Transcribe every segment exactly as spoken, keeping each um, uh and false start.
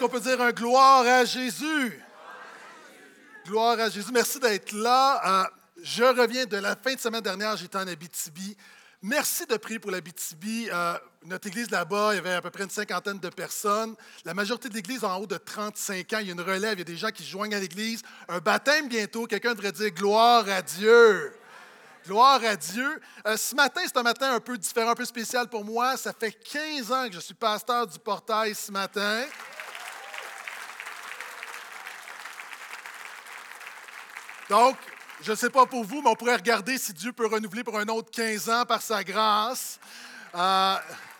On peut dire un gloire à Jésus. Gloire à Jésus. Merci d'être là. Euh, je reviens de la fin de semaine dernière, j'étais en Abitibi. Merci de prier pour l'Abitibi. Euh, notre église là-bas, il y avait à peu près une cinquantaine de personnes. La majorité de l'église en haut de trente-cinq ans. Il y a une relève, il y a des gens qui se joignent à l'église. Un baptême bientôt. Quelqu'un devrait dire gloire à Dieu. Gloire à Dieu. Euh, ce matin, c'est un matin un peu différent, un peu spécial pour moi. Ça fait quinze ans que je suis pasteur du Portail ce matin. Donc, je ne sais pas pour vous, mais on pourrait regarder si Dieu peut renouveler pour un autre quinze ans par sa grâce. Euh,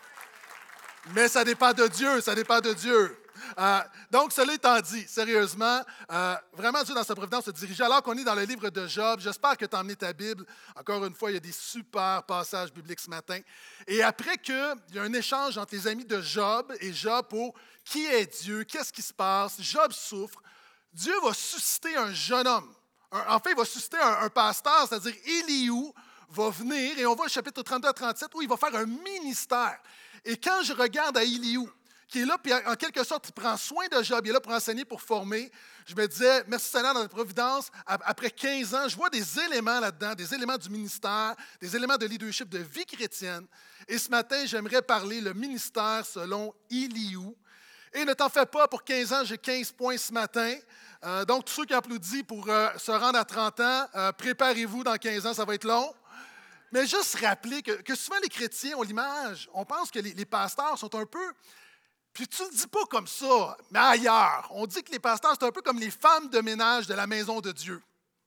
mais ça dépend de Dieu, ça dépend de Dieu. Euh, donc, cela étant dit, sérieusement, euh, vraiment Dieu dans sa providence se dirigeait. Alors qu'on est dans le livre de Job, j'espère que tu as emmené ta Bible. Encore une fois, il y a des super passages bibliques ce matin. Et après qu'il y a un échange entre les amis de Job et Job pour qui est Dieu, qu'est-ce qui se passe, Job souffre, Dieu va susciter un jeune homme. En fait, il va susciter un, un pasteur, c'est-à-dire Éliou va venir, et on va au chapitre trente-deux à trente-sept, où il va faire un ministère. Et quand je regarde à Éliou, qui est là, puis en quelque sorte, il prend soin de Job, il est là pour enseigner, pour former, je me disais, merci Seigneur, dans la providence, après quinze ans, je vois des éléments là-dedans, des éléments du ministère, des éléments de leadership, de vie chrétienne. Et ce matin, j'aimerais parler le ministère selon Éliou. Et ne t'en fais pas, pour quinze ans, j'ai quinze points ce matin. Euh, donc, tous ceux qui applaudissent pour euh, se rendre à trente ans, euh, préparez-vous, dans quinze ans, ça va être long. Mais juste rappeler que, que souvent les chrétiens ont l'image, on pense que les, les pasteurs sont un peu, puis tu ne le dis pas comme ça, mais ailleurs. On dit que les pasteurs, c'est un peu comme les femmes de ménage de la maison de Dieu.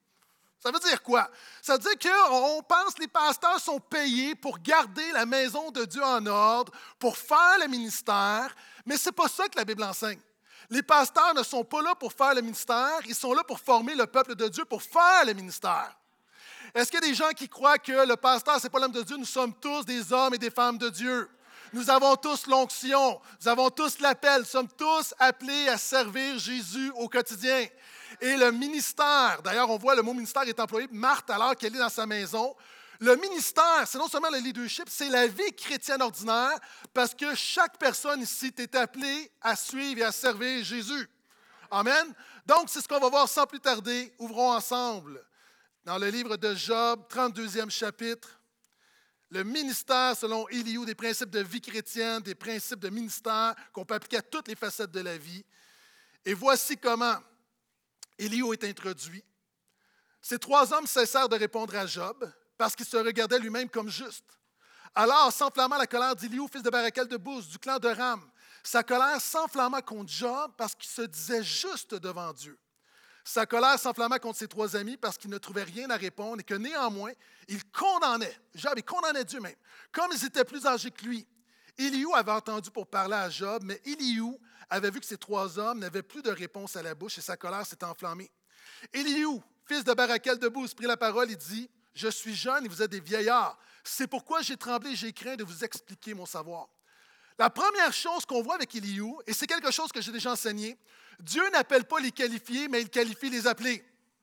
Ça veut dire quoi? Ça veut dire qu'on pense que les pasteurs sont payés pour garder la maison de Dieu en ordre, pour faire le ministère, mais ce n'est pas ça que la Bible enseigne. Les pasteurs ne sont pas là pour faire le ministère, ils sont là pour former le peuple de Dieu, pour faire le ministère. Est-ce qu'il y a des gens qui croient que le pasteur, ce n'est pas l'homme de Dieu? Nous sommes tous des hommes et des femmes de Dieu. Nous avons tous l'onction, nous avons tous l'appel, nous sommes tous appelés à servir Jésus au quotidien. Et le ministère, d'ailleurs, on voit le mot ministère est employé, Marthe, alors qu'elle est dans sa maison. Le ministère, c'est non seulement le leadership, c'est la vie chrétienne ordinaire, parce que chaque personne ici est appelée à suivre et à servir Jésus. Amen. Donc, c'est ce qu'on va voir sans plus tarder. Ouvrons ensemble dans le livre de Job, trente-deuxième chapitre, le ministère selon Éliou, des principes de vie chrétienne, des principes de ministère qu'on peut appliquer à toutes les facettes de la vie. Et voici comment Éliou est introduit. Ces trois hommes cessèrent de répondre à Job, parce qu'il se regardait lui-même comme juste. Alors, s'enflamma la colère d'Éliou, fils de Barakel de Bouz, du clan de Ram. Sa colère s'enflamma contre Job parce qu'il se disait juste devant Dieu. Sa colère s'enflamma contre ses trois amis parce qu'ils ne trouvaient rien à répondre et que néanmoins, il condamnait, Job, il condamnait Dieu même, comme ils étaient plus âgés que lui. Éliou avait entendu pour parler à Job, mais Éliou avait vu que ces trois hommes n'avaient plus de réponse à la bouche et sa colère s'est enflammée. Éliou, fils de Barakel de Bouz, prit la parole et dit: « Je suis jeune et vous êtes des vieillards. C'est pourquoi j'ai tremblé et j'ai craint de vous expliquer mon savoir. » La première chose qu'on voit avec Éliou, et c'est quelque chose que j'ai déjà enseigné, Dieu n'appelle pas les qualifiés, mais il qualifie les appelés.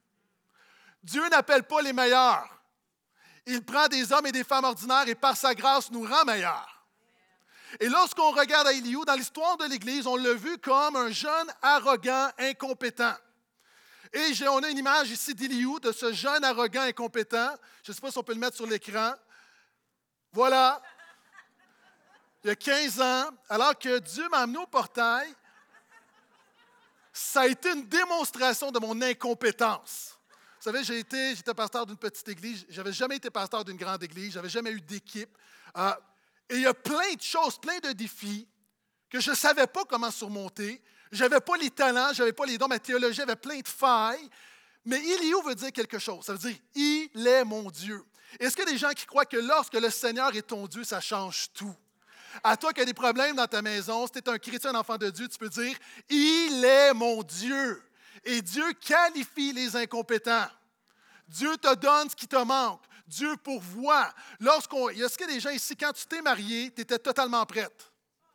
Dieu n'appelle pas les meilleurs. Il prend des hommes et des femmes ordinaires et par sa grâce nous rend meilleurs. Et lorsqu'on regarde à Éliou, dans l'histoire de l'Église, on l'a vu comme un jeune arrogant, incompétent. Et j'ai, on a une image ici d'Éliou, de ce jeune arrogant incompétent. Je ne sais pas si on peut le mettre sur l'écran. Voilà. Il y a quinze ans, alors que Dieu m'a amené au portail, ça a été une démonstration de mon incompétence. Vous savez, j'ai été, j'étais pasteur d'une petite église. Je n'avais jamais été pasteur d'une grande église. Je n'avais jamais eu d'équipe. Euh, et il y a plein de choses, plein de défis que je ne savais pas comment surmonter. Je n'avais pas les talents, je n'avais pas les dons, ma théologie avait plein de failles. Mais Éliou veut dire quelque chose. Ça veut dire « Il est mon Dieu ». Est-ce qu'il y a des gens qui croient que lorsque le Seigneur est ton Dieu, ça change tout? À toi qui as des problèmes dans ta maison, si tu es un chrétien, un enfant de Dieu, tu peux dire « Il est mon Dieu ». Et Dieu qualifie les incompétents. Dieu te donne ce qui te manque. Dieu pourvoit. Lorsqu'on, est-ce qu'il y a des gens ici, quand tu t'es marié, tu étais totalement prête?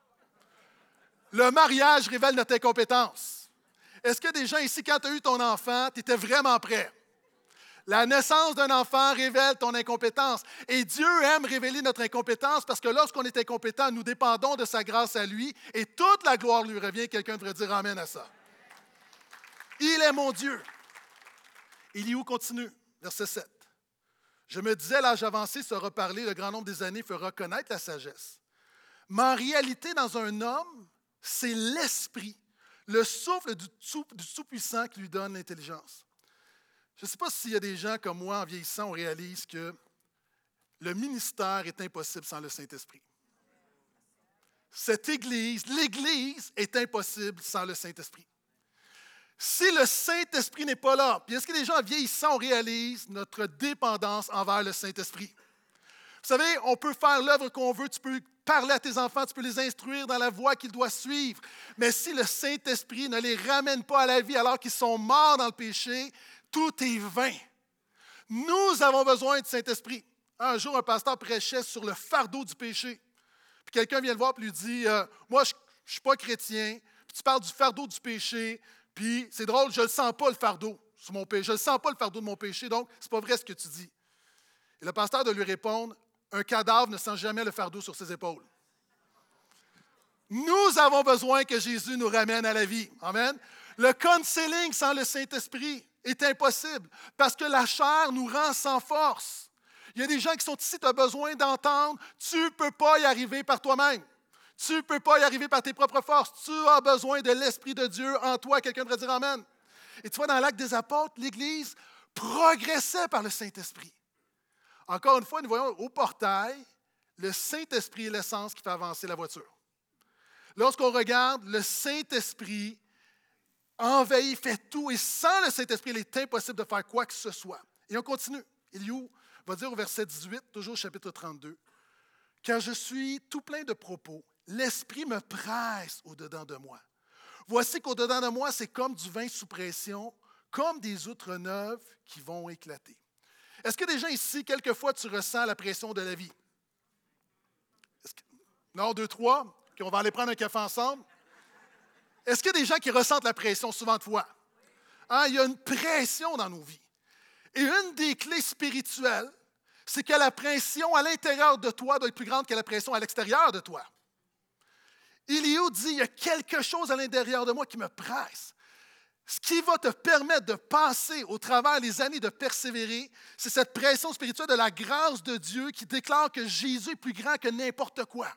Le mariage révèle notre incompétence. Est-ce qu'il y a des gens ici, quand tu as eu ton enfant, tu étais vraiment prêt? La naissance d'un enfant révèle ton incompétence. Et Dieu aime révéler notre incompétence parce que lorsqu'on est incompétent, nous dépendons de sa grâce à lui et toute la gloire lui revient. Quelqu'un devrait dire amen à ça. Il est mon Dieu. Élihu continue, verset sept. Je me disais, l'âge avancé sera parlé, le grand nombre des années fera connaître la sagesse. Mais en réalité, dans un homme, c'est l'esprit, le souffle du Tout-Puissant qui lui donne l'intelligence. Je ne sais pas s'il y a des gens comme moi, en vieillissant, on réalise que le ministère est impossible sans le Saint-Esprit. Cette Église, l'Église est impossible sans le Saint-Esprit. Si le Saint-Esprit n'est pas là, puis est-ce que les gens en vieillissant, on réalise notre dépendance envers le Saint-Esprit? Vous savez, on peut faire l'œuvre qu'on veut, tu peux parler à tes enfants, tu peux les instruire dans la voie qu'ils doivent suivre. Mais si le Saint-Esprit ne les ramène pas à la vie alors qu'ils sont morts dans le péché, tout est vain. Nous avons besoin du Saint-Esprit. Un jour, un pasteur prêchait sur le fardeau du péché. Puis quelqu'un vient le voir et lui dit euh, « Moi, je ne suis pas chrétien. » Puis tu parles du fardeau du péché. Puis c'est drôle, je ne sens pas le fardeau sur mon péché. Je ne sens pas le fardeau de mon péché, donc ce n'est pas vrai ce que tu dis. Et le pasteur de lui répondre « Un cadavre ne sent jamais le fardeau sur ses épaules. » Nous avons besoin que Jésus nous ramène à la vie. Amen. Le counseling sans le Saint-Esprit est impossible parce que la chair nous rend sans force. Il y a des gens qui sont ici, tu as besoin d'entendre, tu ne peux pas y arriver par toi-même. Tu ne peux pas y arriver par tes propres forces. Tu as besoin de l'Esprit de Dieu en toi. Quelqu'un devrait dire Amen. Et tu vois, dans l'Acte des Apôtres, l'Église progressait par le Saint-Esprit. Encore une fois, nous voyons au portail, le Saint-Esprit est l'essence qui fait avancer la voiture. Lorsqu'on regarde, le Saint-Esprit envahit, fait tout, et sans le Saint-Esprit, il est impossible de faire quoi que ce soit. Et on continue. Élihu va dire au verset dix-huit, toujours au chapitre trente-deux, « Car je suis tout plein de propos, l'Esprit me presse au-dedans de moi. Voici qu'au-dedans de moi, c'est comme du vin sous pression, comme des outres neuves qui vont éclater. » Est-ce que des gens ici, quelquefois, tu ressens la pression de la vie? Est-ce que... Non, deux, trois. Okay, on va aller prendre un café ensemble. Est-ce qu'il y a des gens qui ressentent la pression souvent de fois? Hein, il y a une pression dans nos vies. Et une des clés spirituelles, c'est que la pression à l'intérieur de toi doit être plus grande que la pression à l'extérieur de toi. Élihu dit, il y a quelque chose à l'intérieur de moi qui me presse. Ce qui va te permettre de passer au travers les années de persévérer, c'est cette pression spirituelle de la grâce de Dieu qui déclare que Jésus est plus grand que n'importe quoi.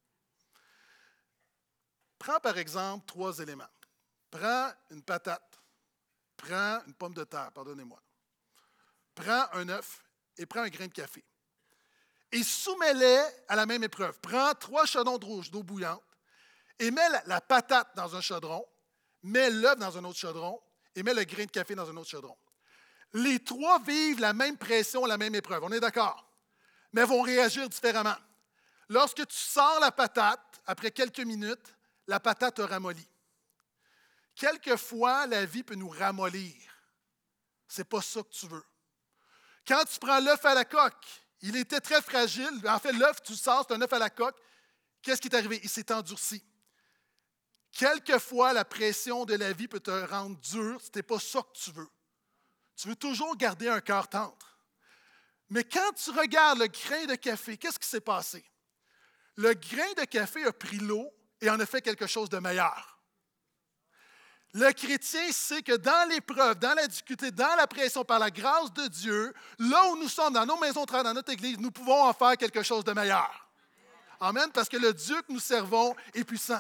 Prends par exemple trois éléments. Prends une patate, prends une pomme de terre, pardonnez-moi. Prends un œuf et prends un grain de café. Et soumets-les à la même épreuve. Prends trois chaudrons rouges d'eau bouillante et mets la, la patate dans un chaudron, mets l'œuf dans un autre chaudron et mets le grain de café dans un autre chaudron. Les trois vivent la même pression, la même épreuve. On est d'accord? Mais vont réagir différemment. Lorsque tu sors la patate, après quelques minutes, la patate te ramollit. Quelquefois, la vie peut nous ramollir. Ce n'est pas ça que tu veux. Quand tu prends l'œuf à la coque, il était très fragile. En fait, l'œuf, tu le sors, c'est un œuf à la coque. Qu'est-ce qui est arrivé? Il s'est endurci. Quelquefois, la pression de la vie peut te rendre dur. Ce n'est pas ça que tu veux. Tu veux toujours garder un cœur tendre. Mais quand tu regardes le grain de café, qu'est-ce qui s'est passé? Le grain de café a pris l'eau et en a fait quelque chose de meilleur. Le chrétien sait que dans l'épreuve, dans la difficulté, dans la pression, par la grâce de Dieu, là où nous sommes, dans nos maisons, dans notre Église, nous pouvons en faire quelque chose de meilleur. Amen, parce que le Dieu que nous servons est puissant.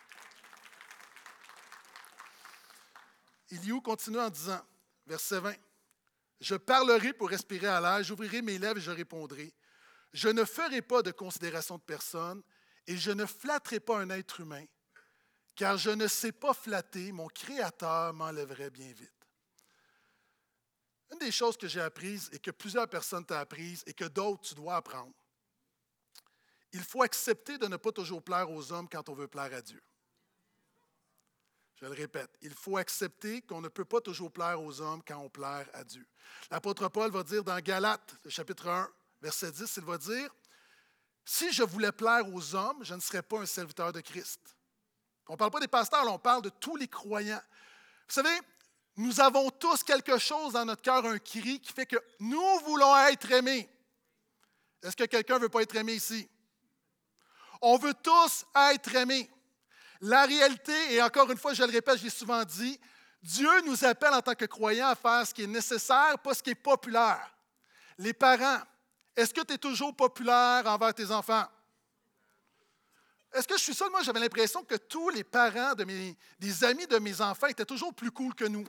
Élihu continue en disant, verset vingt, « Je parlerai pour respirer à l'air, j'ouvrirai mes lèvres et je répondrai. Je ne ferai pas de considération de personne et je ne flatterai pas un être humain, car je ne sais pas flatter, mon Créateur m'enlèverait bien vite. » Une des choses que j'ai apprises et que plusieurs personnes t'ont apprises et que d'autres tu dois apprendre, il faut accepter de ne pas toujours plaire aux hommes quand on veut plaire à Dieu. Je le répète, il faut accepter qu'on ne peut pas toujours plaire aux hommes quand on plaire à Dieu. L'apôtre Paul va dire dans Galates, chapitre un, verset dix, il va dire, « Si je voulais plaire aux hommes, je ne serais pas un serviteur de Christ. » On ne parle pas des pasteurs, là, on parle de tous les croyants. Vous savez, Nous avons tous quelque chose dans notre cœur, un cri qui fait que nous voulons être aimés. Est-ce que quelqu'un ne veut pas être aimé ici? On veut tous être aimés. La réalité, et encore une fois, je le répète, je l'ai souvent dit, Dieu nous appelle en tant que croyants à faire ce qui est nécessaire, pas ce qui est populaire. Les parents, est-ce que tu es toujours populaire envers tes enfants? Est-ce que je suis seul? Moi, j'avais l'impression que tous les parents de mes, des amis de mes enfants étaient toujours plus cool que nous.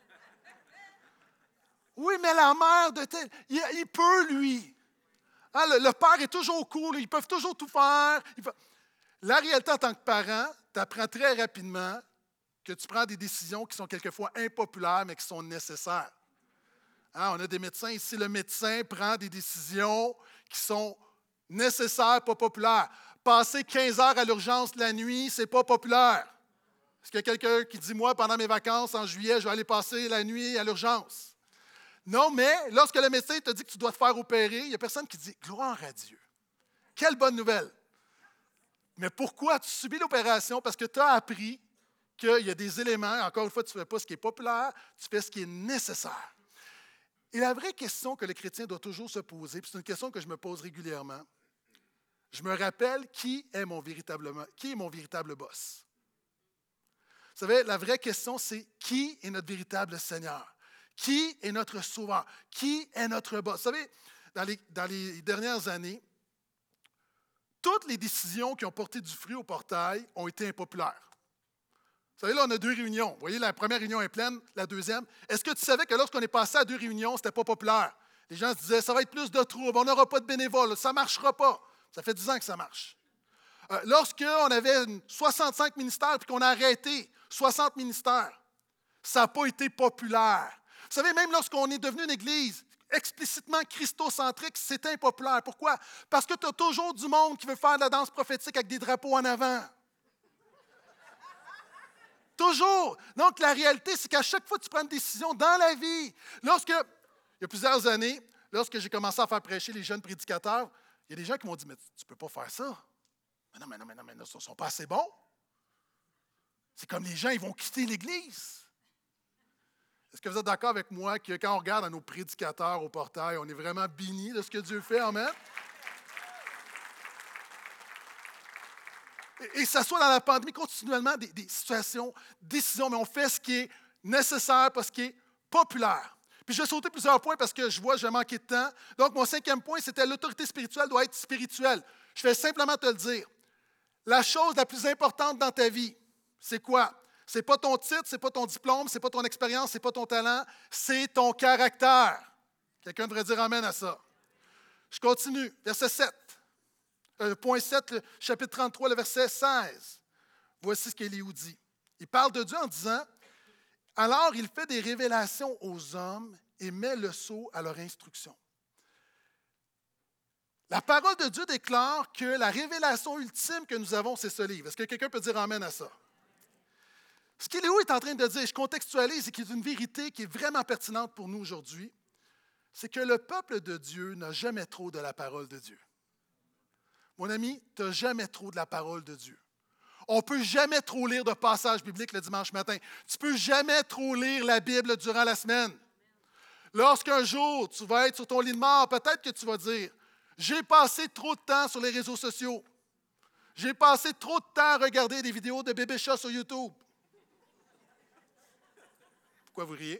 Oui, mais la mère de tel, il, il peut, lui. Hein, le, le père est toujours cool, ils peuvent toujours tout faire. Peuvent... La réalité en tant que parent, tu apprends très rapidement que tu prends des décisions qui sont quelquefois impopulaires, mais qui sont nécessaires. Hein, on a des médecins ici, le médecin prend des décisions qui sont nécessaires, pas populaires. Passer quinze heures à l'urgence la nuit, ce n'est pas populaire. Est-ce qu'il y a quelqu'un qui dit, moi, pendant mes vacances, en juillet, je vais aller passer la nuit à l'urgence? Non, mais lorsque le médecin te dit que tu dois te faire opérer, il n'y a personne qui dit « Gloire à Dieu ». Quelle bonne nouvelle! Mais pourquoi tu subis l'opération? Parce que tu as appris qu'il y a des éléments, encore une fois, tu ne fais pas ce qui est populaire, tu fais ce qui est nécessaire. Et la vraie question que le chrétien doit toujours se poser, puis c'est une question que je me pose régulièrement, je me rappelle qui est mon véritable, qui est mon véritable boss. Vous savez, la vraie question, c'est qui est notre véritable Seigneur? Qui est notre sauveur? Qui est notre boss? Vous savez, dans les, dans les dernières années, toutes les décisions qui ont porté du fruit au portail ont été impopulaires. Vous savez, là, on a deux réunions. Vous voyez, la première réunion est pleine, la deuxième. Est-ce que tu savais que lorsqu'on est passé à deux réunions, ce n'était pas populaire? Les gens se disaient, ça va être plus de troubles, on n'aura pas de bénévoles, ça ne marchera pas. Ça fait dix ans que ça marche. Euh, Lorsqu'on avait soixante-cinq ministères et qu'on a arrêté soixante ministères, ça n'a pas été populaire. Vous savez, même lorsqu'on est devenu une église explicitement christocentrique, c'est impopulaire. Pourquoi? Parce que tu as toujours du monde qui veut faire de la danse prophétique avec des drapeaux en avant. Toujours. Donc, la réalité, c'est qu'à chaque fois que tu prends une décision dans la vie, lorsque, il y a plusieurs années, lorsque j'ai commencé à faire prêcher les jeunes prédicateurs, il y a des gens qui m'ont dit, mais tu ne peux pas faire ça. Mais non, mais non, mais non, mais non, ils ne sont pas assez bons. C'est comme les gens, ils vont quitter l'Église. Est-ce que vous êtes d'accord avec moi que quand on regarde à nos prédicateurs au portail, on est vraiment béni de ce que Dieu fait, amen? Et, et ça soit dans la pandémie, continuellement, des, des situations, décisions, mais on fait ce qui est nécessaire, pas ce qui est populaire. Puis je vais sauter plusieurs points parce que je vois que je vais manquer de temps. Donc, mon cinquième point, c'était l'autorité spirituelle doit être spirituelle. Je vais simplement te le dire. La chose la plus importante dans ta vie, c'est quoi? Ce n'est pas ton titre, ce n'est pas ton diplôme, ce n'est pas ton expérience, ce n'est pas ton talent, c'est ton caractère. Quelqu'un devrait dire amen à ça. Je continue. Verset sept. Euh, point sept, le chapitre trente-trois, le verset seize. Voici ce qu'Élihu dit. Il parle de Dieu en disant, « Alors il fait des révélations aux hommes et met le sceau à leur instruction. » La parole de Dieu déclare que la révélation ultime que nous avons, c'est ce livre. Est-ce que quelqu'un peut dire amen à ça? Ce qu'Élihu est en train de dire, je contextualise et qui est une vérité qui est vraiment pertinente pour nous aujourd'hui, c'est que le peuple de Dieu n'a jamais trop de la parole de Dieu. Mon ami, tu n'as jamais trop de la parole de Dieu. On ne peut jamais trop lire de passages bibliques le dimanche matin. Tu ne peux jamais trop lire la Bible durant la semaine. Lorsqu'un jour, tu vas être sur ton lit de mort, peut-être que tu vas dire, j'ai passé trop de temps sur les réseaux sociaux. J'ai passé trop de temps à regarder des vidéos de bébé chats sur YouTube. Pourquoi vous riez?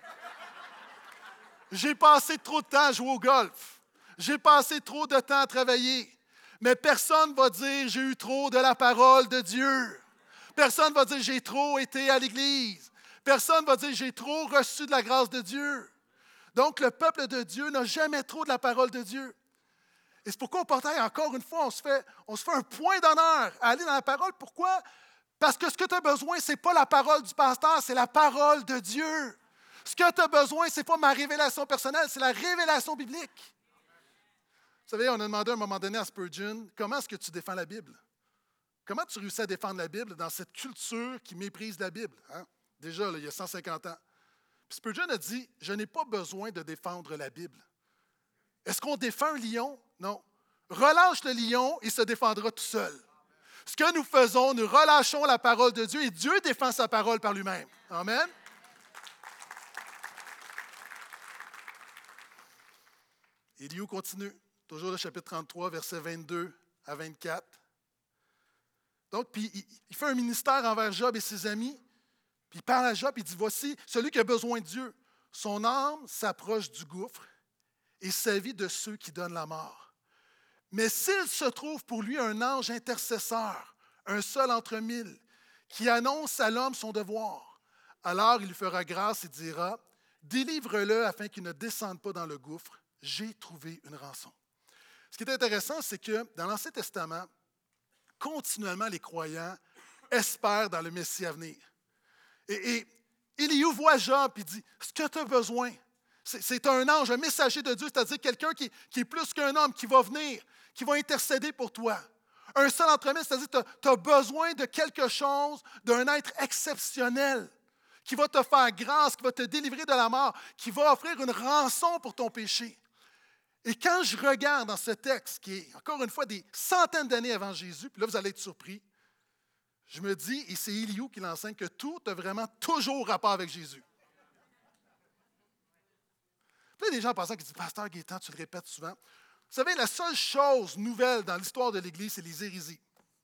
J'ai passé trop de temps à jouer au golf. J'ai passé trop de temps à travailler. Mais personne ne va dire, j'ai eu trop de la parole de Dieu. Personne ne va dire, j'ai trop été à l'Église. Personne ne va dire, j'ai trop reçu de la grâce de Dieu. Donc, le peuple de Dieu n'a jamais trop de la parole de Dieu. Et c'est pourquoi au portail, encore une fois, on se fait, on se fait un point d'honneur à aller dans la parole. Pourquoi? Parce que ce que tu as besoin, ce n'est pas la parole du pasteur, c'est la parole de Dieu. Ce que tu as besoin, ce n'est pas ma révélation personnelle, c'est la révélation biblique. Vous savez, on a demandé à un moment donné à Spurgeon, comment est-ce que tu défends la Bible? Comment tu réussis à défendre la Bible dans cette culture qui méprise la Bible? Hein? Déjà, là, il y a cent cinquante ans. Puis Spurgeon a dit, je n'ai pas besoin de défendre la Bible. Est-ce qu'on défend un lion? Non. Relâche le lion, il se défendra tout seul. Ce que nous faisons, nous relâchons la parole de Dieu et Dieu défend sa parole par lui-même. Amen. Éliou continue, toujours le chapitre trente-trois, versets vingt-deux à vingt-quatre. Donc, puis il, il fait un ministère envers Job et ses amis, puis il parle à Job, il dit, voici celui qui a besoin de Dieu. Son âme s'approche du gouffre et sa vie de ceux qui donnent la mort. Mais s'il se trouve pour lui un ange intercesseur, un seul entre mille, qui annonce à l'homme son devoir, alors il lui fera grâce et dira, délivre-le afin qu'il ne descende pas dans le gouffre. J'ai trouvé une rançon. Ce qui est intéressant, c'est que dans l'Ancien Testament, continuellement, les croyants espèrent dans le Messie à venir. Et, et Éliou voit Job et dit, ce que tu as besoin, c'est, c'est un ange, un messager de Dieu, c'est-à-dire quelqu'un qui, qui est plus qu'un homme, qui va venir, qui va intercéder pour toi. Un seul entre mille, c'est-à-dire que tu as besoin de quelque chose, d'un être exceptionnel, qui va te faire grâce, qui va te délivrer de la mort, qui va offrir une rançon pour ton péché. Et quand je regarde dans ce texte, qui est encore une fois des centaines d'années avant Jésus, puis là vous allez être surpris, je me dis, et c'est Éliou qui l'enseigne, que tout a vraiment toujours rapport avec Jésus. Puis là, des gens pensant qui disent, Pasteur Gaétan, tu le répètes souvent. Vous savez, la seule chose nouvelle dans l'histoire de l'Église, c'est les hérésies.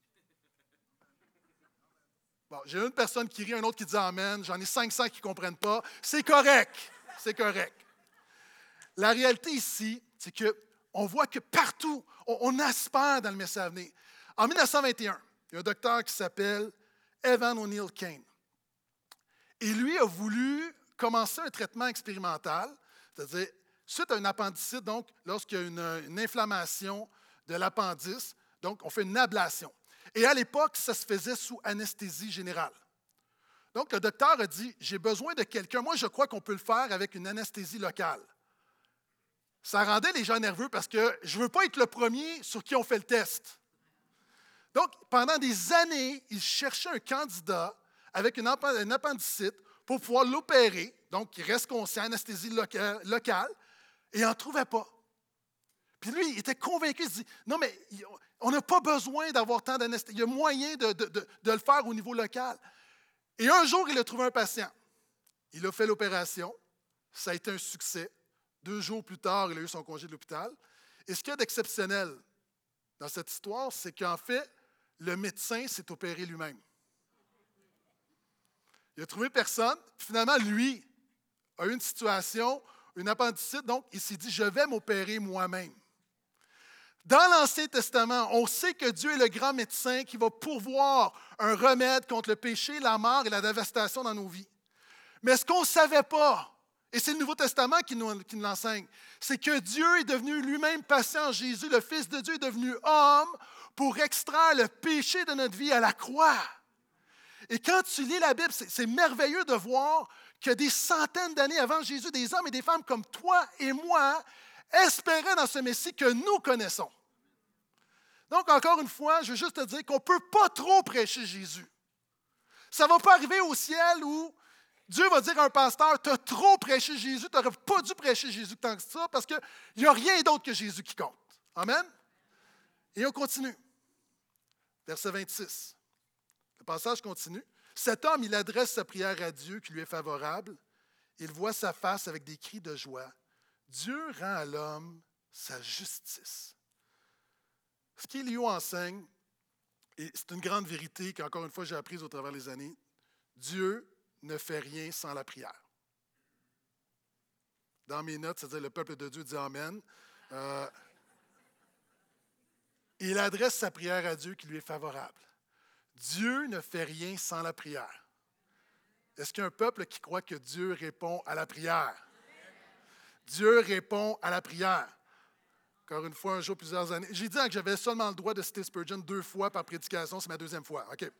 Bon, j'ai une personne qui rit, un autre qui dit Amen, j'en ai cinq cents qui ne comprennent pas. C'est correct, c'est correct. La réalité ici, c'est qu'on voit que partout, on, on aspire dans le Messie à venir. En mille neuf cent vingt et un, il y a un docteur qui s'appelle Evan O'Neill Kane. Et lui a voulu commencer un traitement expérimental, c'est-à-dire, suite à une appendicite, donc, lorsqu'il y a une, une inflammation de l'appendice, donc, on fait une ablation. Et à l'époque, ça se faisait sous anesthésie générale. Donc, le docteur a dit, j'ai besoin de quelqu'un, moi, je crois qu'on peut le faire avec une anesthésie locale. Ça rendait les gens nerveux parce que je ne veux pas être le premier sur qui on fait le test. Donc, pendant des années, il cherchait un candidat avec une appendicite pour pouvoir l'opérer, donc il reste conscient, anesthésie loca- locale, et il n'en trouvait pas. Puis lui, il était convaincu, il se dit, non, mais on n'a pas besoin d'avoir tant d'anesthésie, il y a moyen de, de, de, de le faire au niveau local. Et un jour, il a trouvé un patient. Il a fait l'opération, ça a été un succès. Deux jours plus tard, il a eu son congé de l'hôpital. Et ce qu'il y a d'exceptionnel dans cette histoire, c'est qu'en fait, le médecin s'est opéré lui-même. Il a trouvé personne. Puis finalement, lui a eu une situation, une appendicite, donc il s'est dit, je vais m'opérer moi-même. Dans l'Ancien Testament, on sait que Dieu est le grand médecin qui va pourvoir un remède contre le péché, la mort et la dévastation dans nos vies. Mais ce qu'on ne savait pas, et c'est le Nouveau Testament qui nous, qui nous l'enseigne, c'est que Dieu est devenu lui-même patient. Jésus, le Fils de Dieu, est devenu homme pour extraire le péché de notre vie à la croix. Et quand tu lis la Bible, c'est, c'est merveilleux de voir que des centaines d'années avant Jésus, des hommes et des femmes comme toi et moi espéraient dans ce Messie que nous connaissons. Donc, encore une fois, je veux juste te dire qu'on ne peut pas trop prêcher Jésus. Ça ne va pas arriver au ciel où Dieu va dire à un pasteur, tu as trop prêché Jésus, tu n'aurais pas dû prêcher Jésus tant que ça, parce qu'il n'y a rien d'autre que Jésus qui compte. Amen? Et on continue. Verset vingt-six. Le passage continue. Cet homme, il adresse sa prière à Dieu qui lui est favorable. Il voit sa face avec des cris de joie. Dieu rend à l'homme sa justice. Ce qu'Éliou enseigne, et c'est une grande vérité qu'encore une fois j'ai apprise au travers des années, Dieu ne fait rien sans la prière. Dans mes notes, c'est-à-dire le peuple de Dieu dit Amen. Euh, il adresse sa prière à Dieu qui lui est favorable. Dieu ne fait rien sans la prière. Est-ce qu'il y a un peuple qui croit que Dieu répond à la prière? Dieu répond à la prière. Encore une fois, un jour, plusieurs années. J'ai dit que j'avais seulement le droit de citer Spurgeon deux fois par prédication. C'est ma deuxième fois. OK.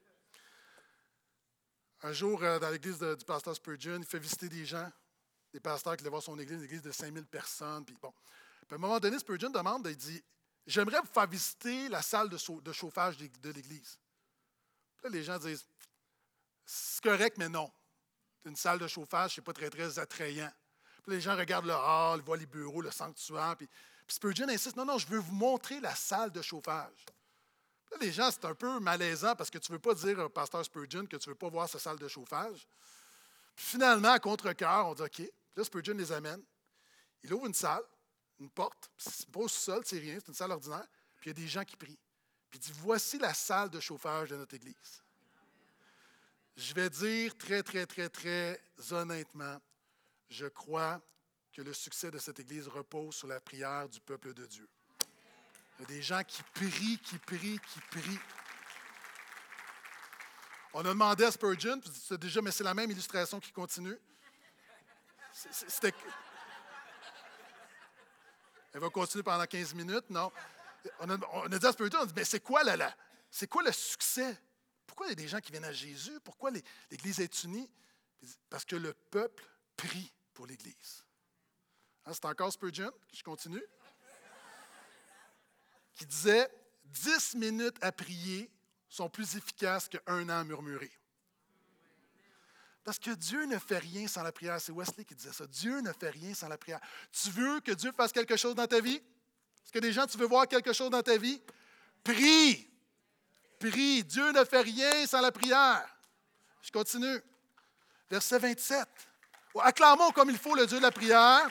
Un jour, dans l'église de, du pasteur Spurgeon, il fait visiter des gens, des pasteurs qui allaient voir son église, une église de cinq mille personnes. Puis bon. Puis à un moment donné, Spurgeon demande, il dit, j'aimerais vous faire visiter la salle de, chau- de chauffage de, de l'église. Puis là, les gens disent, c'est correct, mais non. Une salle de chauffage, ce n'est pas très, très attrayant. Puis les gens regardent le hall, ils voient les bureaux, le sanctuaire. Puis, puis Spurgeon insiste, non, non, je veux vous montrer la salle de chauffage. Là, les gens, c'est un peu malaisant parce que tu ne veux pas dire au pasteur Spurgeon que tu ne veux pas voir sa salle de chauffage. Puis finalement, à contre-cœur, on dit OK. Puis là, Spurgeon les amène. Il ouvre une salle, une porte, c'est pas au sol, c'est rien, c'est une salle ordinaire, puis il y a des gens qui prient. Puis il dit, voici la salle de chauffage de notre Église. Je vais dire très, très, très, très honnêtement, je crois que le succès de cette Église repose sur la prière du peuple de Dieu. Il y a des gens qui prient, qui prient, qui prient. On a demandé à Spurgeon, puis c'est déjà, mais c'est la même illustration qui continue. C'était... Elle va continuer pendant quinze minutes, non? On a, on a dit à Spurgeon, on a dit, mais c'est quoi, là, là? C'est quoi le succès? Pourquoi il y a des gens qui viennent à Jésus? Pourquoi les, l'Église est unie? Parce que le peuple prie pour l'Église. Hein, c'est encore Spurgeon, je continue, qui disait, dix minutes à prier sont plus efficaces qu'un an à murmurer. Parce que Dieu ne fait rien sans la prière. C'est Wesley qui disait ça. Dieu ne fait rien sans la prière. Tu veux que Dieu fasse quelque chose dans ta vie? Est-ce que des gens, tu veux voir quelque chose dans ta vie? Prie! Prie! Dieu ne fait rien sans la prière. Je continue. Verset vingt-sept. Acclamons comme il faut le Dieu de la prière.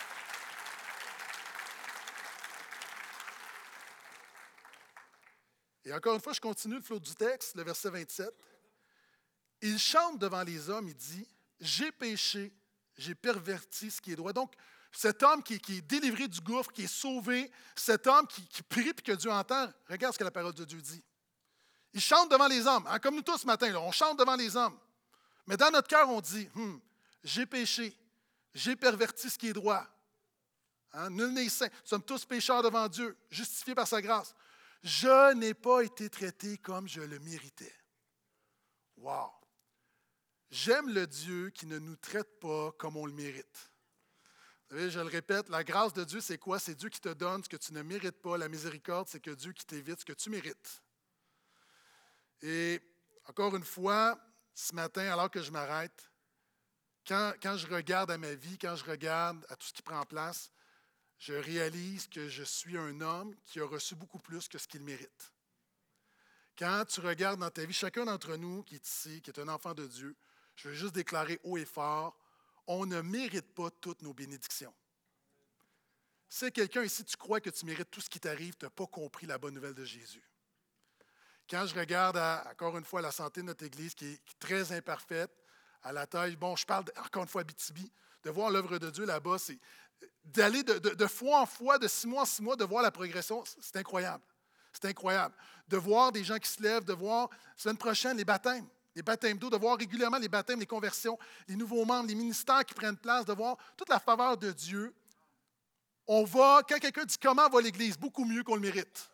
Et encore une fois, je continue le flot du texte, le verset vingt-sept. Il chante devant les hommes, il dit, « J'ai péché, j'ai perverti ce qui est droit. » Donc, cet homme qui, qui est délivré du gouffre, qui est sauvé, cet homme qui, qui prie et que Dieu entend, regarde ce que la parole de Dieu dit. Il chante devant les hommes, hein, comme nous tous ce matin, là, on chante devant les hommes. Mais dans notre cœur, on dit, hm, « J'ai péché, j'ai perverti ce qui est droit. Hein, nul n'est saint. Nous sommes tous pécheurs devant Dieu, justifiés par sa grâce. Je n'ai pas été traité comme je le méritais. » Wow! J'aime le Dieu qui ne nous traite pas comme on le mérite. Vous savez, je le répète, la grâce de Dieu, c'est quoi? C'est Dieu qui te donne ce que tu ne mérites pas. La miséricorde, c'est que Dieu qui t'évite ce que tu mérites. Et encore une fois, ce matin, alors que je m'arrête, quand, quand je regarde à ma vie, quand je regarde à tout ce qui prend place, je réalise que je suis un homme qui a reçu beaucoup plus que ce qu'il mérite. Quand tu regardes dans ta vie, chacun d'entre nous qui est ici, qui est un enfant de Dieu, je veux juste déclarer haut et fort, on ne mérite pas toutes nos bénédictions. Si quelqu'un ici, tu crois que tu mérites tout ce qui t'arrive, tu n'as pas compris la bonne nouvelle de Jésus. Quand je regarde, à, encore une fois, la santé de notre Église, qui est, qui est très imparfaite, à la taille, bon, je parle, de, encore une fois, Abitibi, de voir l'œuvre de Dieu là-bas, c'est d'aller de, de, de fois en fois, de six mois en six mois, de voir la progression, c'est incroyable. C'est incroyable. De voir des gens qui se lèvent, de voir, la semaine prochaine, les baptêmes, les baptêmes d'eau, de voir régulièrement les baptêmes, les conversions, les nouveaux membres, les ministères qui prennent place, de voir toute la faveur de Dieu. On va, quand quelqu'un dit comment va l'Église, beaucoup mieux qu'on le mérite.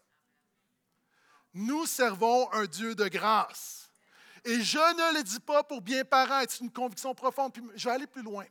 Nous servons un Dieu de grâce. Et je ne le dis pas pour bien paraître, c'est une conviction profonde. Puis je vais aller plus loin.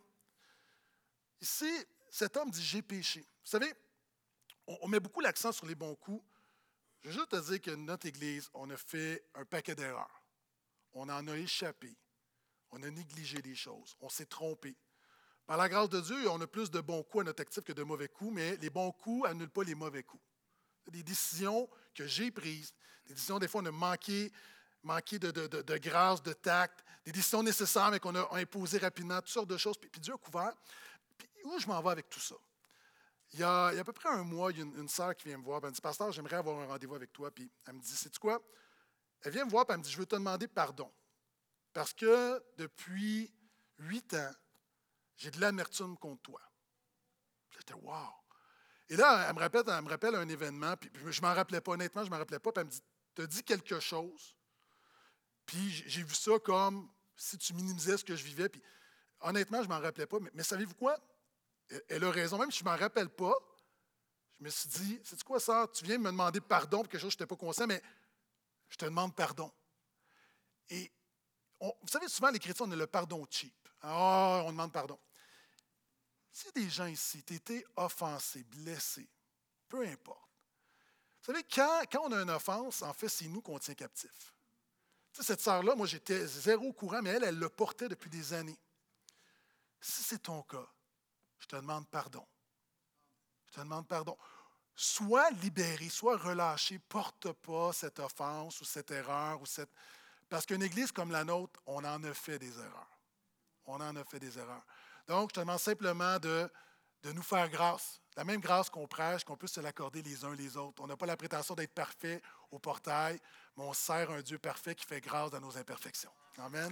Ici, cet homme dit « j'ai péché ». Vous savez, on, on met beaucoup l'accent sur les bons coups. Je veux juste te dire que notre Église, on a fait un paquet d'erreurs. On en a échappé. On a négligé des choses. On s'est trompé. Par la grâce de Dieu, on a plus de bons coups à notre actif que de mauvais coups, mais les bons coups annulent pas les mauvais coups. Des décisions que j'ai prises, des décisions, des fois, on a manqué, manqué de, de, de, de grâce, de tact, des décisions nécessaires, mais qu'on a imposées rapidement, toutes sortes de choses, puis, puis Dieu a couvert. Puis où je m'en vais avec tout ça? Il y, a, il y a à peu près un mois, il y a une, une sœur qui vient me voir, elle me dit « Pasteur, j'aimerais avoir un rendez-vous avec toi. » Puis elle me dit « Sais-tu quoi? » Elle vient me voir, puis elle me dit « Je veux te demander pardon. Parce que depuis huit ans, j'ai de l'amertume contre toi. » J'étais « Wow! » Et là, elle me rappelle, elle me rappelle un événement, puis je ne m'en rappelais pas, honnêtement, je ne m'en rappelais pas, puis elle me dit « Tu as dit quelque chose, puis j'ai vu ça comme si tu minimisais ce que je vivais. » Puis honnêtement, je ne m'en rappelais pas, mais, mais savez-vous quoi? Elle a raison, même si je ne m'en rappelle pas, je me suis dit, sais-tu quoi, ça? Tu viens me demander pardon pour quelque chose que je n'étais pas conscient, mais je te demande pardon. Et on, vous savez, souvent, les chrétiens, on a le pardon cheap. Ah, on demande pardon. S'il y a des gens ici, tu as été offensé, blessé, peu importe. Vous savez, quand, quand on a une offense, en fait, c'est nous qu'on tient captif. Tu sais, cette sœur-là, moi, j'étais zéro au courant, mais elle, elle le portait depuis des années. Si c'est ton cas, je te demande pardon. Je te demande pardon. Sois libéré, sois relâché, porte pas cette offense ou cette erreur. Ou cette... Parce qu'une Église comme la nôtre, on en a fait des erreurs. On en a fait des erreurs. Donc, je te demande simplement de, de nous faire grâce, La même grâce qu'on prêche, qu'on peut se l'accorder les uns les autres. On n'a pas la prétention d'être parfait au portail, mais on sert un Dieu parfait qui fait grâce à nos imperfections. Amen.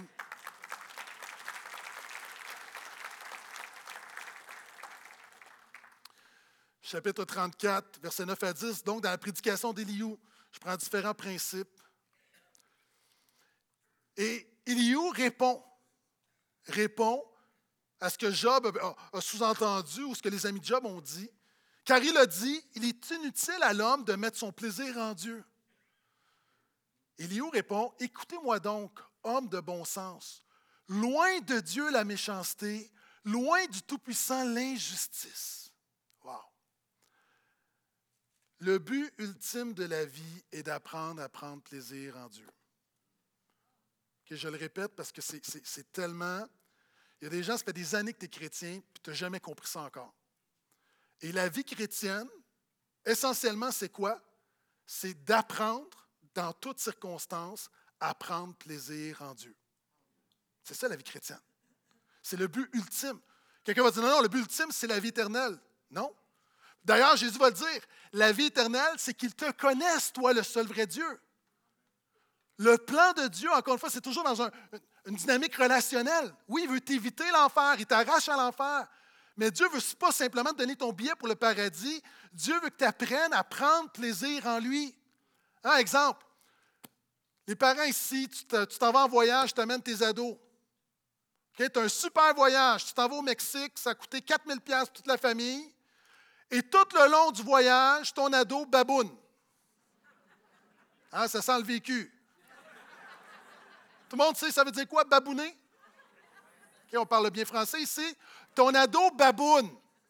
Chapitre trente-quatre, versets neuf à dix. Donc, dans la prédication d'Éliou, je prends différents principes. Et Éliou répond, répond à ce que Job a sous-entendu ou ce que les amis de Job ont dit, car il a dit, il est inutile à l'homme de mettre son plaisir en Dieu. Éliou répond, écoutez-moi donc, homme de bon sens, loin de Dieu la méchanceté, loin du Tout-Puissant l'injustice. Wow. Le but ultime de la vie est d'apprendre à prendre plaisir en Dieu. Okay, je le répète parce que c'est, c'est, c'est tellement... Il y a des gens, ça fait des années que tu es chrétien et tu n'as jamais compris ça encore. Et la vie chrétienne, essentiellement, c'est quoi? C'est d'apprendre, dans toutes circonstances, à prendre plaisir en Dieu. C'est ça la vie chrétienne. C'est le but ultime. Quelqu'un va dire, non, non, le but ultime, c'est la vie éternelle. Non. D'ailleurs, Jésus va le dire, la vie éternelle, c'est qu'il te connaisse, toi, le seul vrai Dieu. Le plan de Dieu, encore une fois, c'est toujours dans un, une dynamique relationnelle. Oui, il veut t'éviter l'enfer, il t'arrache à l'enfer. Mais Dieu ne veut pas simplement te donner ton billet pour le paradis. Dieu veut que tu apprennes à prendre plaisir en lui. Un exemple, les parents ici, tu, te, tu t'en vas en voyage, tu amènes tes ados. Okay, tu as un super voyage, tu t'en vas au Mexique, ça a coûté quatre mille dollars pour toute la famille. Et tout le long du voyage, ton ado baboune. Hein, ça sent le vécu. Tout le monde sait, ça veut dire quoi, babouner? Okay, on parle bien français ici. Ton ado baboune.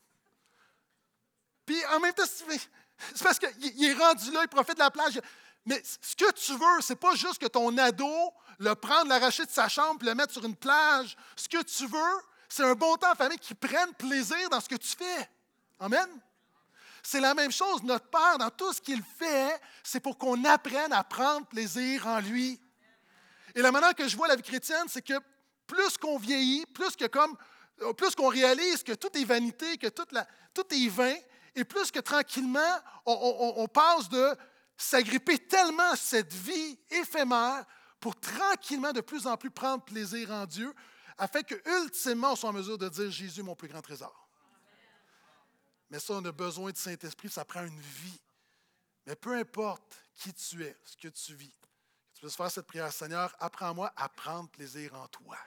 Puis en même temps, c'est parce qu'il est rendu là, il profite de la plage. Mais ce que tu veux, ce n'est pas juste que ton ado le prenne, l'arracher de sa chambre et le mettre sur une plage. Ce que tu veux, c'est un bon temps en famille qui prenne plaisir dans ce que tu fais. Amen? C'est la même chose. Notre Père, dans tout ce qu'il fait, c'est pour qu'on apprenne à prendre plaisir en lui. Et la manière que je vois la vie chrétienne, c'est que plus qu'on vieillit, plus que comme, plus qu'on réalise que tout est vanité, que toute la, tout est vain, et plus que tranquillement, on, on, on passe de s'agripper tellement à cette vie éphémère pour tranquillement de plus en plus prendre plaisir en Dieu, afin que ultimement on soit en mesure de dire « Jésus, mon plus grand trésor ». Mais ça, on a besoin du Saint-Esprit, ça prend une vie. Mais peu importe qui tu es, ce que tu vis, tu peux faire cette prière, Seigneur, apprends-moi à prendre plaisir en toi.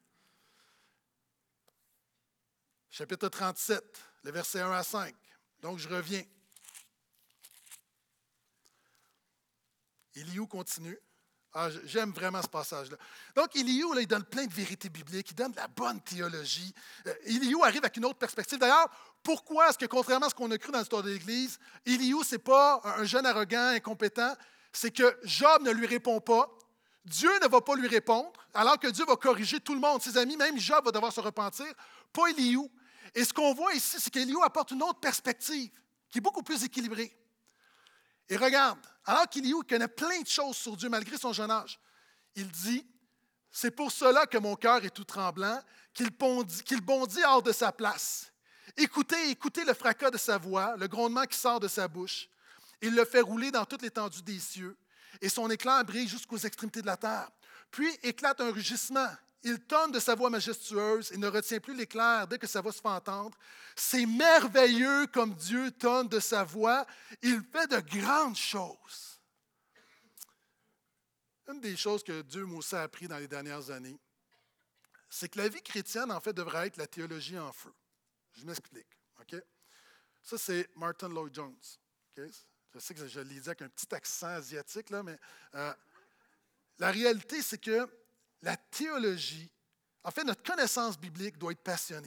Chapitre trente-sept, les versets un à cinq. Donc, je reviens. Éliou continue. Ah, j'aime vraiment ce passage-là. Donc, Éliou, là, il donne plein de vérités bibliques, il donne de la bonne théologie. Euh, Éliou arrive avec une autre perspective. D'ailleurs, pourquoi est-ce que, contrairement à ce qu'on a cru dans l'histoire de l'Église, Éliou, ce n'est pas un jeune arrogant, incompétent, c'est que Job ne lui répond pas, Dieu ne va pas lui répondre, alors que Dieu va corriger tout le monde. Ses amis, même Job va devoir se repentir, pas Éliou. Et ce qu'on voit ici, c'est qu'Éliou apporte une autre perspective, qui est beaucoup plus équilibrée. Et regarde, alors qu'Éliou connaît plein de choses sur Dieu, malgré son jeune âge, il dit, « C'est pour cela que mon cœur est tout tremblant, qu'il bondit, qu'il bondit hors de sa place. Écoutez, écoutez le fracas de sa voix, le grondement qui sort de sa bouche. Il le fait rouler dans toute l'étendue des cieux, et son éclair brille jusqu'aux extrémités de la terre. Puis éclate un rugissement. Il tonne de sa voix majestueuse et ne retient plus l'éclair dès que sa voix se fait entendre. C'est merveilleux comme Dieu tonne de sa voix. Il fait de grandes choses. » Une des choses que Dieu m'a aussi appris dans les dernières années, c'est que la vie chrétienne, en fait, devrait être la théologie en feu. Je m'explique. Okay? Ça, c'est Martin Lloyd-Jones. Okay? Je sais que je l'ai dit avec un petit accent asiatique, là, mais euh, la réalité, c'est que la théologie, en fait, notre connaissance biblique doit être passionnée.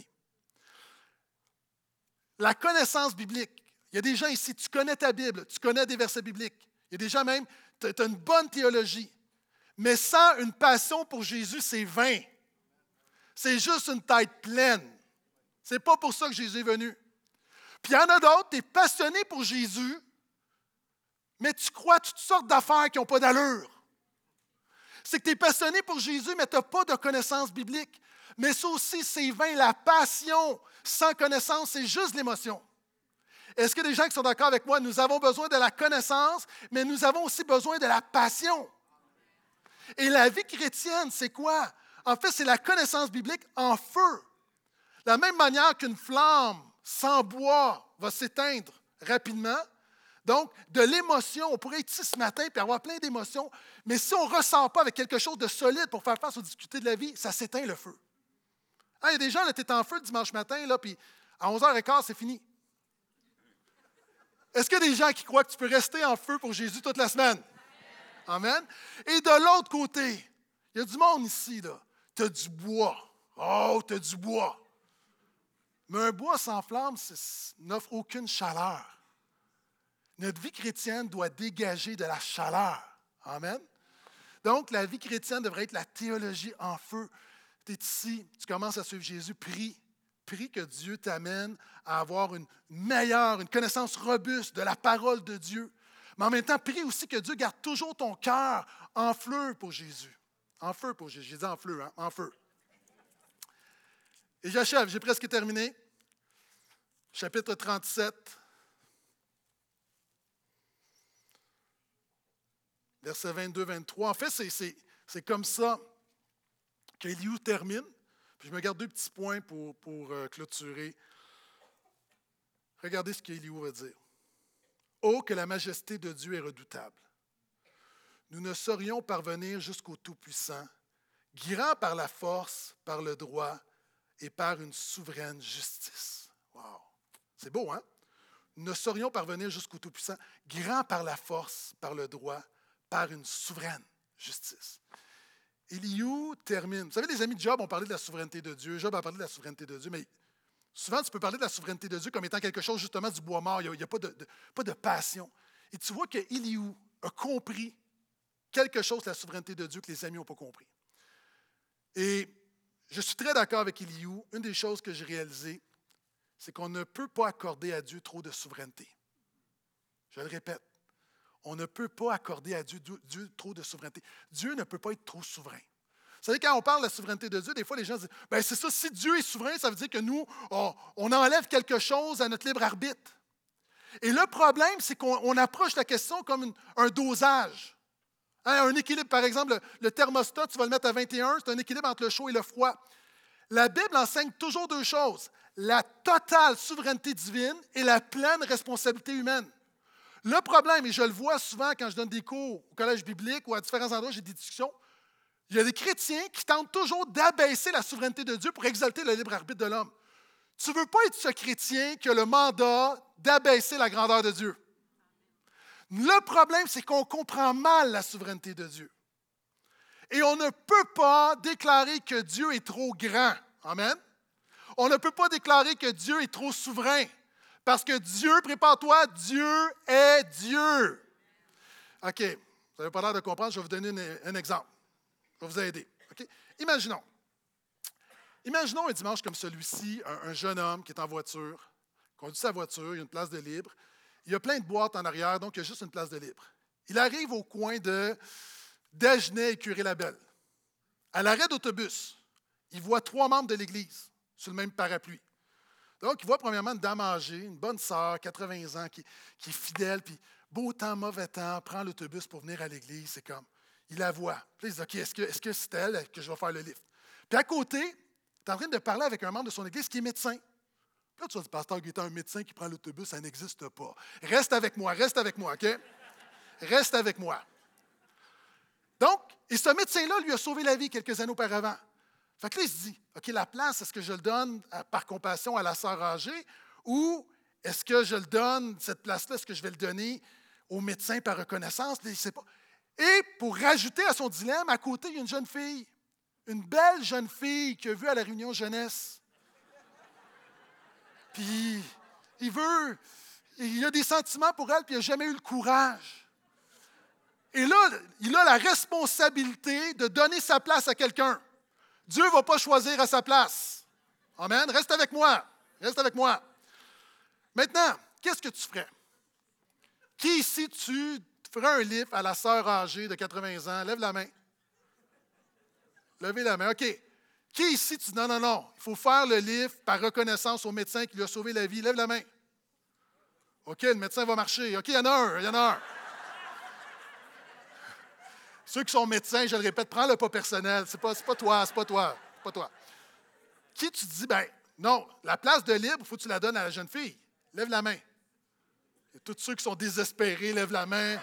La connaissance biblique, il y a des gens ici, tu connais ta Bible, tu connais des versets bibliques. Il y a des gens même, tu as une bonne théologie. Mais sans une passion pour Jésus, c'est vain. C'est juste une tête pleine. Ce n'est pas pour ça que Jésus est venu. Puis il y en a d'autres, tu es passionné pour Jésus, mais tu crois toutes sortes d'affaires qui n'ont pas d'allure. C'est que tu es passionné pour Jésus, mais tu n'as pas de connaissance biblique. Mais ça aussi, c'est vain. La passion sans connaissance, c'est juste l'émotion. Est-ce qu'il y a des gens qui sont d'accord avec moi? Nous avons besoin de la connaissance, mais nous avons aussi besoin de la passion. Et la vie chrétienne, c'est quoi? En fait, c'est la connaissance biblique en feu. De la même manière qu'une flamme sans bois va s'éteindre rapidement. Donc, de l'émotion, on pourrait être ici ce matin et avoir plein d'émotions, mais si on ne ressent pas avec quelque chose de solide pour faire face aux difficultés de la vie, ça s'éteint le feu. Hein, il y a des gens, tu es en feu dimanche matin, là, puis à onze heures quinze, c'est fini. Est-ce qu'il y a des gens qui croient que tu peux rester en feu pour Jésus toute la semaine? Amen. Et de l'autre côté, il y a du monde ici, là. Tu as du bois. Oh, tu as du bois. Mais un bois sans flamme n'offre aucune chaleur. Notre vie chrétienne doit dégager de la chaleur. Amen. Donc, la vie chrétienne devrait être la théologie en feu. Tu es ici, tu commences à suivre Jésus, prie. Prie que Dieu t'amène à avoir une meilleure, une connaissance robuste de la parole de Dieu. Mais en même temps, prie aussi que Dieu garde toujours ton cœur en feu pour Jésus. En feu pour Jésus. J'ai dit en feu, hein? En feu. Et j'achève, j'ai presque terminé. Chapitre trente-sept. Versets vingt-deux vingt-trois. En fait, c'est, c'est, c'est comme ça qu'Éliou termine. Puis je me garde deux petits points pour, pour euh, clôturer. Regardez ce qu'Éliou va dire. « Oh, que la majesté de Dieu est redoutable! Nous ne saurions parvenir jusqu'au Tout-Puissant, grand par la force, par le droit et par une souveraine justice. » Wow! C'est beau, hein? Nous ne saurions parvenir jusqu'au Tout-Puissant, grand par la force, par le droit, par une souveraine justice. Éliou termine. Vous savez, les amis de Job ont parlé de la souveraineté de Dieu. Job a parlé de la souveraineté de Dieu, mais souvent, tu peux parler de la souveraineté de Dieu comme étant quelque chose, justement, du bois mort. Il n'y a, a pas, de, de, pas de passion. Et tu vois qu'Éliou a compris quelque chose de la souveraineté de Dieu que les amis n'ont pas compris. Et je suis très d'accord avec Éliou. Une des choses que j'ai réalisées, c'est qu'on ne peut pas accorder à Dieu trop de souveraineté. Je le répète. On ne peut pas accorder à Dieu, Dieu, Dieu trop de souveraineté. Dieu ne peut pas être trop souverain. Vous savez, quand on parle de la souveraineté de Dieu, des fois, les gens disent, bien, c'est ça, si Dieu est souverain, ça veut dire que nous, on, on enlève quelque chose à notre libre arbitre. Et le problème, c'est qu'on on approche la question comme une, un dosage. Hein, un équilibre, par exemple, le, le thermostat, tu vas le mettre à vingt et un, c'est un équilibre entre le chaud et le froid. La Bible enseigne toujours deux choses, la totale souveraineté divine et la pleine responsabilité humaine. Le problème, et je le vois souvent quand je donne des cours au collège biblique ou à différents endroits, j'ai des discussions, il y a des chrétiens qui tentent toujours d'abaisser la souveraineté de Dieu pour exalter le libre arbitre de l'homme. Tu ne veux pas être ce chrétien qui a le mandat d'abaisser la grandeur de Dieu. Le problème, c'est qu'on comprend mal la souveraineté de Dieu. Et on ne peut pas déclarer que Dieu est trop grand. Amen. On ne peut pas déclarer que Dieu est trop souverain. Parce que Dieu, prépare-toi, Dieu est Dieu. OK, vous n'avez pas l'air de comprendre, je vais vous donner une, un exemple. Je vais vous aider. Okay? Imaginons. Imaginons un dimanche comme celui-ci, un, un jeune homme qui est en voiture, conduit sa voiture, il y a une place de libre. Il y a plein de boîtes en arrière, donc il y a juste une place de libre. Il arrive au coin de Dagenais et Curé-Labelle. À l'arrêt d'autobus, il voit trois membres de l'Église sur le même parapluie. Donc, il voit premièrement une dame âgée, une bonne sœur, quatre-vingts ans, qui, qui est fidèle, puis beau temps, mauvais temps, prend l'autobus pour venir à l'église. C'est comme, il la voit. Puis il dit, OK, est-ce que, est-ce que c'est elle que je vais faire le lift? Puis à côté, tu es en train de parler avec un membre de son église qui est médecin. Puis là, tu vas dire, pasteur Guetta, un médecin qui prend l'autobus, ça n'existe pas. Reste avec moi, reste avec moi, OK? Reste avec moi. Donc, et ce médecin-là lui a sauvé la vie quelques années auparavant. Fait que là, il se dit, OK, la place, est-ce que je le donne à, par compassion à la sœur âgée ou est-ce que je le donne, cette place-là, est-ce que je vais le donner au médecin par reconnaissance? Il ne sait pas. Et pour rajouter à son dilemme, à côté, il y a une jeune fille, une belle jeune fille qu'il a vue à la réunion jeunesse. Puis, il veut, il a des sentiments pour elle, puis il n'a jamais eu le courage. Et là, il a la responsabilité de donner sa place à quelqu'un. Dieu ne va pas choisir à sa place. Amen. Reste avec moi. Reste avec moi. Maintenant, qu'est-ce que tu ferais? Qui ici, tu ferais un livre à la sœur âgée de quatre-vingts ans? Lève la main. Levez la main. OK. Qui ici, tu dis non, non, non, il faut faire le livre par reconnaissance au médecin qui lui a sauvé la vie? Lève la main. OK, le médecin va marcher. OK, il y en a un, il y en a un. Ceux qui sont médecins, je le répète, prends-le pas personnel. C'est pas, c'est pas toi, c'est pas toi, c'est pas toi. Qui tu dis, ben non, la place de libre, il faut que tu la donnes à la jeune fille. Lève la main. Et tous ceux qui sont désespérés, lèvent la main.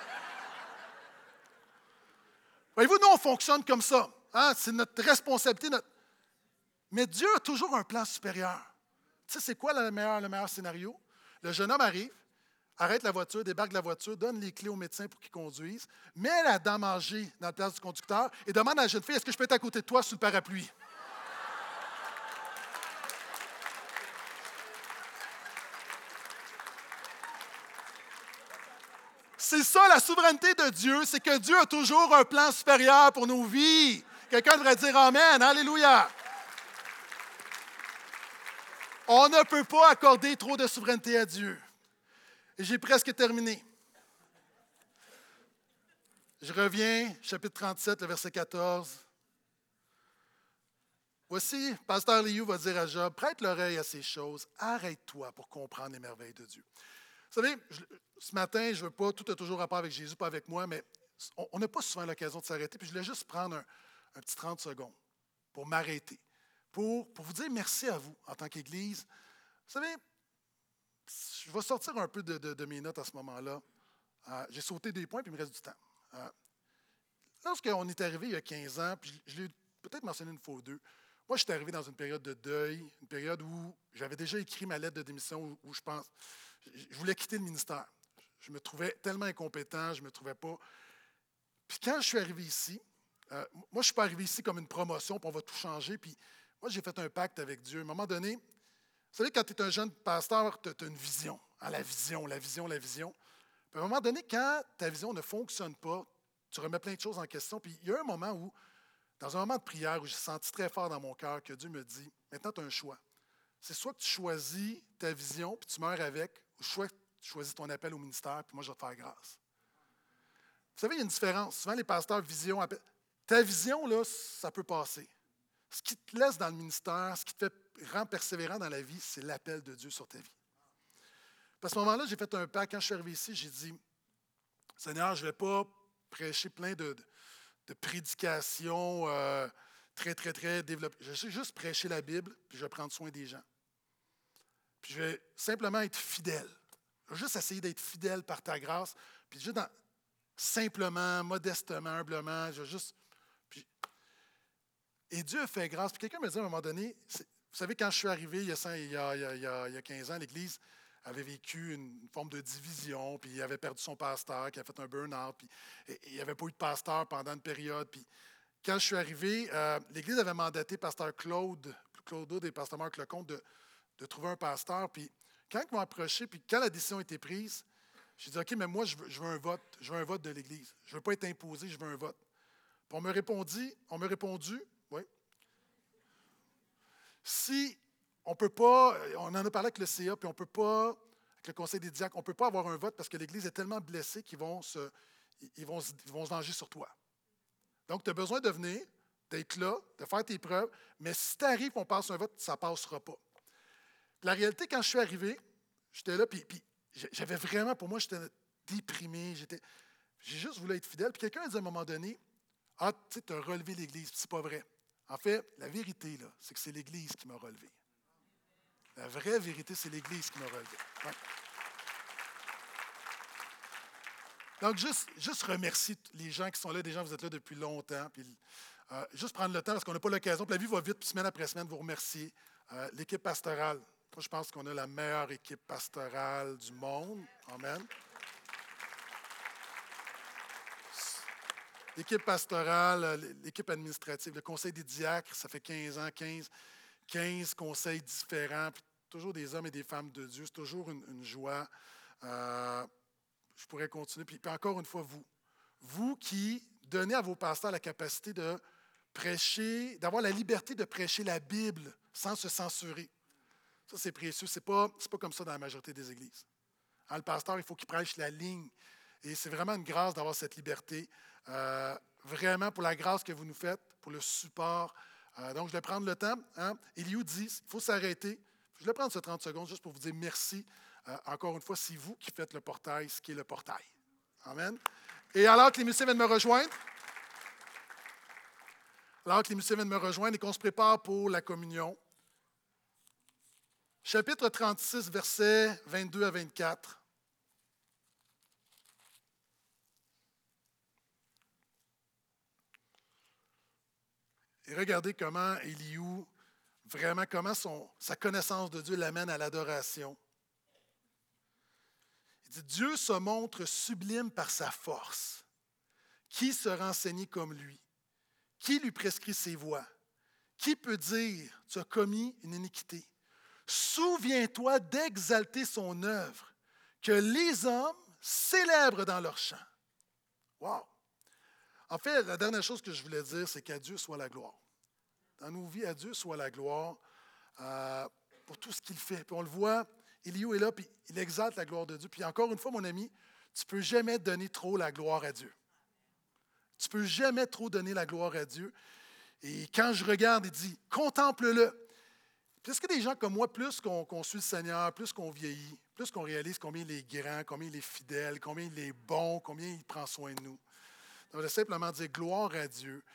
Voyez-vous, nous, on fonctionne comme ça. Hein? C'est notre responsabilité. Notre... Mais Dieu a toujours un plan supérieur. Tu sais, c'est quoi le meilleur, le meilleur scénario? Le jeune homme arrive, arrête la voiture, débarque de la voiture, donne les clés au médecin pour qu'il conduise, met la dame âgée dans la place du conducteur et demande à la jeune fille, est-ce que je peux être à côté de toi sous le parapluie? C'est ça la souveraineté de Dieu, c'est que Dieu a toujours un plan supérieur pour nos vies. Quelqu'un devrait dire Amen, Alléluia. On ne peut pas accorder trop de souveraineté à Dieu. Et j'ai presque terminé. Je reviens, chapitre trente-sept, le verset quatorze. Voici, pasteur Liu va dire à Job, prête l'oreille à ces choses, arrête-toi pour comprendre les merveilles de Dieu. Vous savez, je, ce matin, je ne veux pas, tout a toujours rapport avec Jésus, pas avec moi, mais on n'a pas souvent l'occasion de s'arrêter. Puis je voulais juste prendre un, un petit trente secondes pour m'arrêter, pour, pour vous dire merci à vous en tant qu'Église. Vous savez, je vais sortir un peu de, de, de mes notes à ce moment-là. Euh, j'ai sauté des points, puis il me reste du temps. Euh, lorsqu'on est arrivé il y a quinze ans, puis je, je l'ai peut-être mentionné une fois ou deux, moi, je suis arrivé dans une période de deuil, une période où j'avais déjà écrit ma lettre de démission, où, où je pense, je voulais quitter le ministère. Je me trouvais tellement incompétent, je ne me trouvais pas. Puis quand je suis arrivé ici, euh, moi, je ne suis pas arrivé ici comme une promotion, puis on va tout changer. Puis moi, j'ai fait un pacte avec Dieu. À un moment donné, vous savez, quand tu es un jeune pasteur, tu as une vision. Hein, la vision, la vision, la vision. Puis à un moment donné, quand ta vision ne fonctionne pas, tu remets plein de choses en question. Puis il y a un moment où, dans un moment de prière, où j'ai senti très fort dans mon cœur que Dieu me dit, maintenant, tu as un choix. C'est soit que tu choisis ta vision, puis tu meurs avec, ou soit que tu choisis ton appel au ministère, puis moi, je vais te faire grâce. Vous savez, il y a une différence. Souvent, les pasteurs, vision, appel. Ta vision, là, ça peut passer. Ce qui te laisse dans le ministère, ce qui te fait rendre persévérant dans la vie, c'est l'appel de Dieu sur ta vie. Puis à ce moment-là, j'ai fait un pas. Quand je suis arrivé ici, j'ai dit, Seigneur, je ne vais pas prêcher plein de, de, de prédications euh, très, très, très développées. Je vais juste prêcher la Bible, puis je vais prendre soin des gens. Puis je vais simplement être fidèle. Je vais juste essayer d'être fidèle par ta grâce. Puis juste dans, simplement, modestement, humblement, je vais juste... Puis, et Dieu a fait grâce. Puis quelqu'un me dit à un moment donné, vous savez, quand je suis arrivé il y a, il y a, il y a, il y a quinze ans, l'Église avait vécu une forme de division, puis il avait perdu son pasteur, qui a fait un burn-out, puis il n'y avait pas eu de pasteur pendant une période. Puis quand je suis arrivé, euh, l'Église avait mandaté pasteur Claude, Claude Hood et pasteur Marc Lecomte de, de trouver un pasteur. Puis quand ils m'ont approché, puis quand la décision a été prise, j'ai dit, OK, mais moi, je veux, je veux un vote. Je veux un vote de l'Église. Je ne veux pas être imposé, je veux un vote. Puis on me répondit, on m'a répondu, oui, si on ne peut pas, on en a parlé avec le C A, puis on ne peut pas, avec le Conseil des diacres, on ne peut pas avoir un vote parce que l'Église est tellement blessée qu'ils vont se, ils vont, ils vont se venger sur toi. Donc, tu as besoin de venir, d'être là, de faire tes preuves, mais si tu arrives qu'on passe un vote, ça ne passera pas. Puis la réalité, quand je suis arrivé, j'étais là, puis, puis j'avais vraiment, pour moi, j'étais déprimé, j'étais, j'ai juste voulu être fidèle. Puis quelqu'un a dit à un moment donné, « Ah, tu sais, tu as relevé l'Église. » C'est pas vrai. En fait, la vérité, là, c'est que c'est l'Église qui m'a relevé. La vraie vérité, c'est l'Église qui m'a relevé. Ouais. Donc, juste, juste remercier les gens qui sont là, des gens, vous êtes là depuis longtemps. Puis, euh, juste prendre le temps, parce qu'on n'a pas l'occasion. Puis la vie va vite, puis semaine après semaine, vous remercier. Euh, l'équipe pastorale. Moi, je pense qu'on a la meilleure équipe pastorale du monde. Amen. L'équipe pastorale, l'équipe administrative, le conseil des diacres, ça fait quinze ans, quinze, quinze conseils différents, puis toujours des hommes et des femmes de Dieu. C'est toujours une, une joie. Euh, je pourrais continuer. Puis, puis encore une fois, vous. Vous qui donnez à vos pasteurs la capacité de prêcher, d'avoir la liberté de prêcher la Bible sans se censurer. Ça, c'est précieux. Ce n'est pas, c'est pas comme ça dans la majorité des églises. Hein, le pasteur, il faut qu'il prêche la ligne. Et c'est vraiment une grâce d'avoir cette liberté. Euh, vraiment, pour la grâce que vous nous faites, pour le support. Euh, donc, je vais prendre le temps. Hein. Eliou dit, il faut s'arrêter. Je vais prendre ce trente secondes juste pour vous dire merci euh, encore une fois, c'est vous qui faites le portail, ce qui est le portail. Amen. Et alors que les musiciens viennent me rejoindre, alors que les musiciens viennent me rejoindre et qu'on se prépare pour la communion, chapitre trente-six, versets vingt-deux à vingt-quatre. Et regardez comment Éliou, vraiment comment son, sa connaissance de Dieu l'amène à l'adoration. Il dit, Dieu se montre sublime par sa force. Qui sera enseigné comme lui? Qui lui prescrit ses voies? Qui peut dire, tu as commis une iniquité? Souviens-toi d'exalter son œuvre, que les hommes célèbrent dans leur chant. Wow! En fait, la dernière chose que je voulais dire, c'est qu'à Dieu soit la gloire. Dans nos vies, à Dieu soit la gloire euh, pour tout ce qu'il fait. Puis on le voit, Éliou est là, puis il exalte la gloire de Dieu. Puis encore une fois, mon ami, tu ne peux jamais donner trop la gloire à Dieu. Tu ne peux jamais trop donner la gloire à Dieu. Et quand je regarde, il dit, contemple-le. Puis est-ce que des gens comme moi, plus qu'on, qu'on suit le Seigneur, plus qu'on vieillit, plus qu'on réalise combien il est grand, combien il est fidèle, combien il est bon, combien il prend soin de nous. Donc, je vais simplement dire gloire à Dieu.